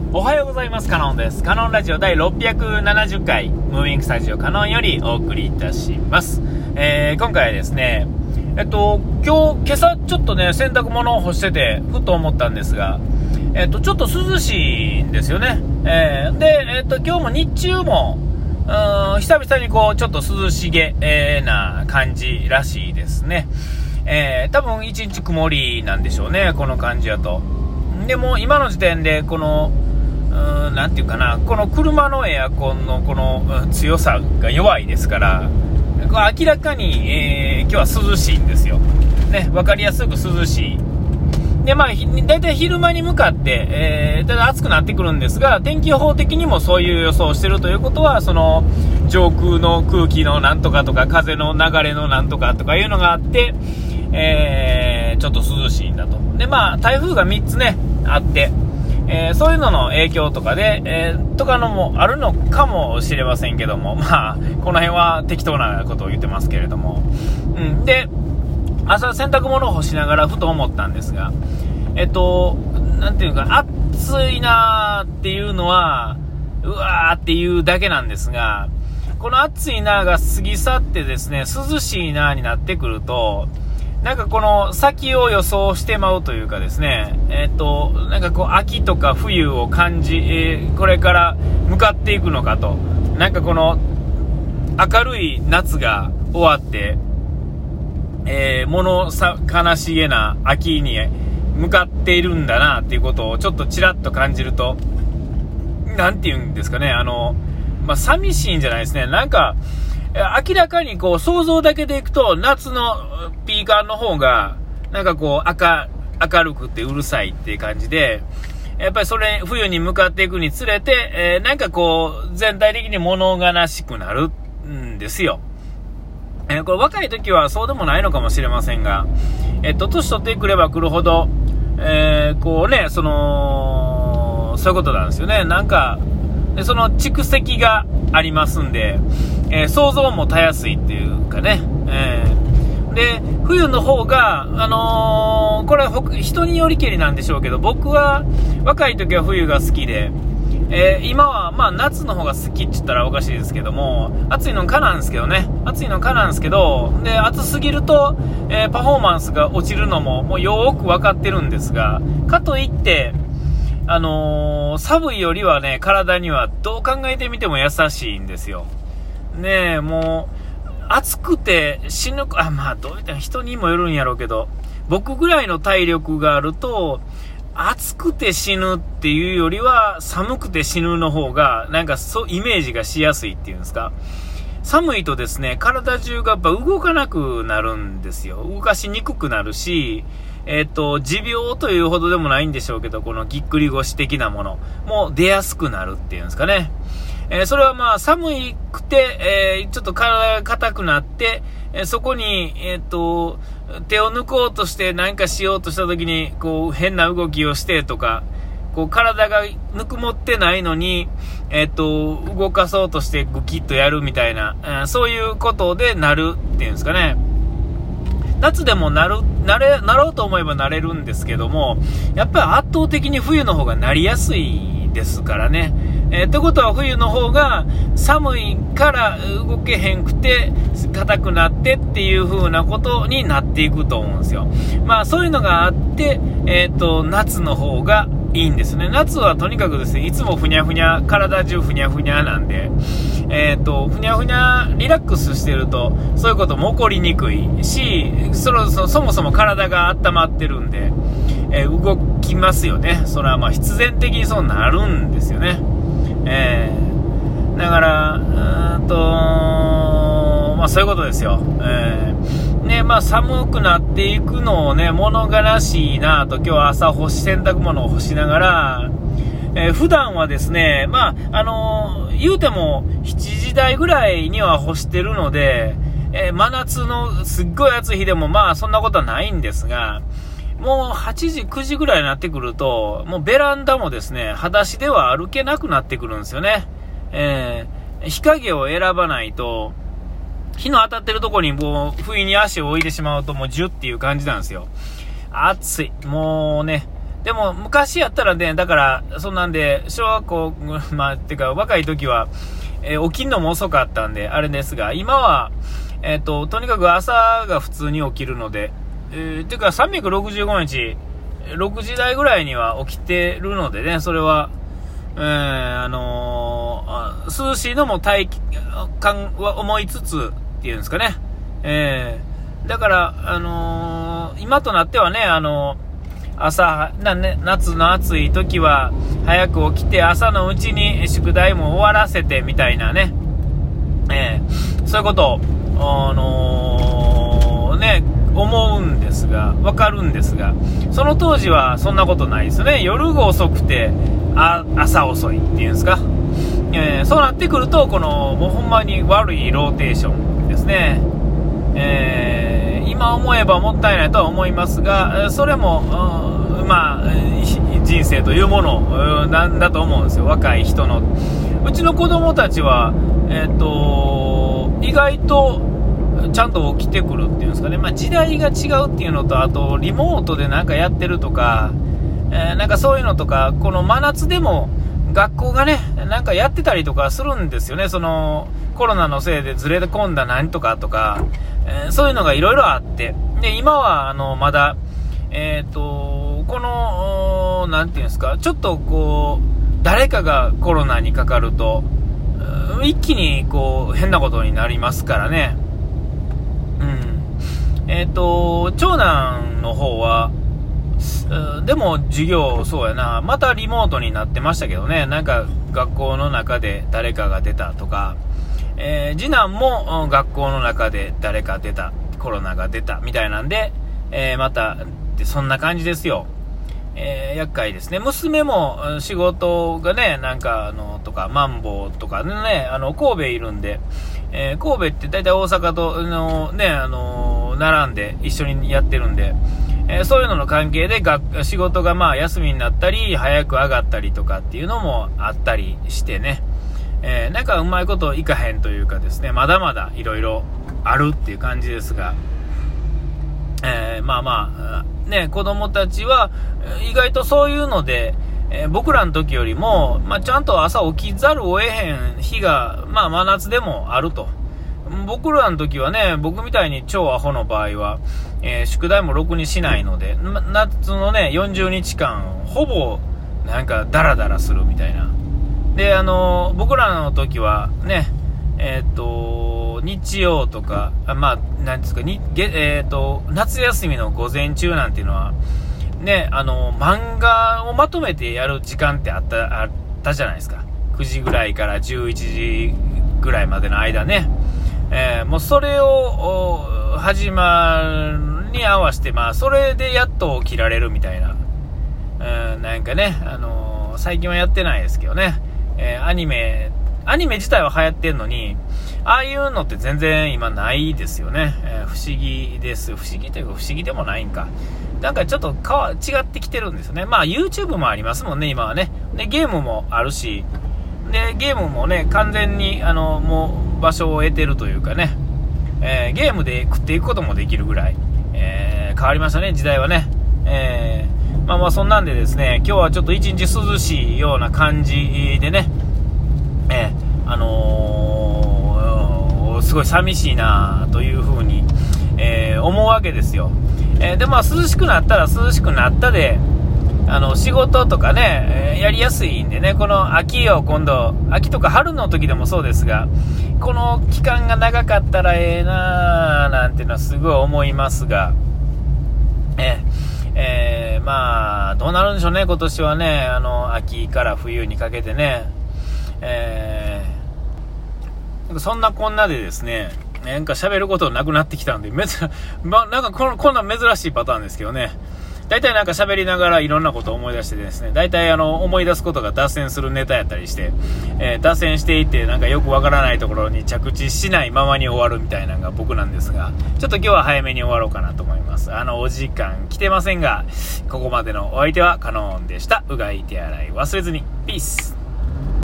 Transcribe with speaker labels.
Speaker 1: おはようございます。カノンです。カノンラジオ第670回ムービングスタジオカノンよりお送りいたします。今回はですね今朝ちょっとね洗濯物を干しててふと思ったんですがちょっと涼しいんですよね。で今日も日中も久々にこうちょっと涼しげ、な感じらしいですね。多分一日曇りなんでしょうね、この感じだと。でも今の時点でこのなんていうかな、この車のエアコンのこの強さが弱いですから明らかに、今日は涼しいんですよね。分かりやすく涼しいで、だいたい昼間に向かって、だいたい暑くなってくるんですが、天気予報的にもそういう予想をしてるということは、その上空の空気のなんとかとか風の流れのなんとかとかいうのがあって、ちょっと涼しいんだと。で台風が3つねあって、そういうのの影響とかで、とかのもあるのかもしれませんけども、この辺は適当なことを言ってますけれども、で朝洗濯物を干しながらふと思ったんですが、なんていうか暑いなーっていうのはうわーっていうだけなんですが、この暑いなーが過ぎ去ってですね、涼しいなーになってくると、なんかこの先を予想してまうというかですね、なんかこう秋とか冬を感じ、これから向かっていくのかと、なんかこの明るい夏が終わって、悲しげな秋に向かっているんだなっていうことをちょっとちらっと感じると、なんていうんですかね、寂しいんじゃないですね。なんか明らかにこう想像だけでいくと夏のピーカンの方がなんかこう明るくてうるさいっていう感じで、やっぱりそれ冬に向かっていくにつれて、なんかこう全体的に物悲しくなるんですよ。これ若い時はそうでもないのかもしれませんが、年取ってくればくるほど、こうねそういうことなんですよね。なんかその蓄積がありますんで、想像もたやすいっていうかね、で冬の方がこれは人によりけりなんでしょうけど、僕は若い時は冬が好きで、今は夏の方が好きって言ったらおかしいですけども、暑いのかなんですけどね、で暑すぎると、パフォーマンスが落ちるのももうよく分かってるんですが、かといって寒いよりはね、体にはどう考えてみても優しいんですよね。もう暑くて死ぬか、どういった人にもよるんやろうけど、僕ぐらいの体力があると暑くて死ぬっていうよりは寒くて死ぬの方がなんかイメージがしやすいっていうんですか。寒いとですね、体中がやっぱ動かなくなるんですよ。動かしにくくなるし、持病というほどでもないんでしょうけど、このぎっくり腰的なものも出やすくなるっていうんですかね。それは寒くて、ちょっと体が硬くなって、そこに、手を抜こうとして何かしようとした時にこう変な動きをしてとか、こう体がぬくもってないのに、動かそうとしてグキッとやるみたいな、そういうことでなるっていうんですかね。夏でもなろうと思えばなれるんですけども、やっぱり圧倒的に冬の方がなりやすいですからね。ってことは冬の方が寒いから動けへんくて硬くなってっていう風なことになっていくと思うんですよ。そういうのがあって、夏の方がいいんですね。夏はとにかくですね、いつもふにゃふにゃ、体中ふにゃふにゃなんで、ふにゃふにゃリラックスしてるとそういうことも起こりにくいし、そもそも体が温まってるんで、動きますよね。それは必然的にそうなるんですよね。だからそういうことですよ。寒くなっていくのをね、物悲しいなと今日は朝洗濯物を干しながら、普段はですね、言うても7時台ぐらいには干してるので、真夏のすっごい暑い日でもそんなことはないんですが、もう8時9時ぐらいになってくると、もうベランダもですね、裸足では歩けなくなってくるんですよね。日陰を選ばないと、日の当たってるところにもう不意に足を置いてしまうともうジュっていう感じなんですよ。暑い。もうね。 でも昔やったらね、だからそんなんで小学校、てか若い時は、起きんのも遅かったんであれですが、今はとにかく朝が普通に起きるので、ていうか365日6時台ぐらいには起きてるのでね、それは涼しいのも体感は思いつつっていうんですかね。だから、今となってはね、朝夏の暑い時は早く起きて朝のうちに宿題も終わらせてみたいなね、そういうことを、思うんですが、わかるんですが、その当時はそんなことないですね。夜が遅くて朝遅いっていうんですか、そうなってくるともうほんまに悪いローテーションですね。今思えばもったいないとは思いますが、それも人生というものなんだと思うんですよ。若い人のうちの子供たちは意外とちゃんと起きてくるっていうんですかね。時代が違うっていうのと、あとリモートでなんかやってるとか、なんかそういうのとか、この真夏でも学校がねなんかやってたりとかするんですよね。そのコロナのせいでずれ込んだなんとかとか、そういうのがいろいろあって、で今はまだなんていうんですか、ちょっと誰かがコロナにかかると一気に変なことになりますからね。長男の方はでも授業そうやな、またリモートになってましたけどね。なんか学校の中で誰かが出たとか、次男も学校の中で誰か出た、コロナが出たみたいなんで、またそんな感じですよ。厄介ですね。娘も仕事がね、なんかとかマンボウとかね、神戸いるんで、神戸って大体大阪と並んで一緒にやってるんで、そういうのの関係で仕事が休みになったり早く上がったりとかっていうのもあったりしてね、なんかうまいこといかへんというかですね、まだまだいろいろあるっていう感じですが、子供たちは意外とそういうので、僕らの時よりも、ちゃんと朝起きざるを得へん日が、真夏でもあると。僕らの時はね、僕みたいに超アホの場合は、宿題もろくにしないので、夏のね40日間ほぼなんかダラダラするみたいな。で僕らの時はね、日曜とかなんですか夏休みの午前中なんていうのはね、漫画をまとめてやる時間ってあったじゃないですか。9時ぐらいから11時ぐらいまでの間ね、もうそれを始まるに合わせて、それでやっと起きられるみたいな、なんかね、最近はやってないですけどね、アニメ自体は流行ってんのに、ああいうのって全然今ないですよね。不思議です。不思議というか不思議でもないんか。なんかちょっと違ってきてるんですよね。YouTube もありますもんね、今はね。でゲームもあるし、でゲームもね完全にもう場所を得てるというかね、ゲームで食っていくこともできるぐらい、変わりましたね、時代はね。そんなんでですね、今日はちょっと一日涼しいような感じでね、すごい寂しいなというふうに、思うわけですよ。で涼しくなったら涼しくなったで仕事とかね、やりやすいんでね、この秋とか春の時でもそうですが、この期間が長かったらええなーなんていうのはすごい思いますが、どうなるんでしょうね、今年はね。秋から冬にかけてね、そんなこんなでですね、なんか喋ることなくなってきたんで、なんかこんな珍しいパターンですけどね。大体なんか喋りながらいろんなことを思い出してですね、大体思い出すことが脱線するネタやったりして、脱線していってなんかよくわからないところに着地しないままに終わるみたいなのが僕なんですが、ちょっと今日は早めに終わろうかなと思います。お時間来てませんが、ここまでのお相手はカノンでした。うがい手洗い忘れずに。ピース。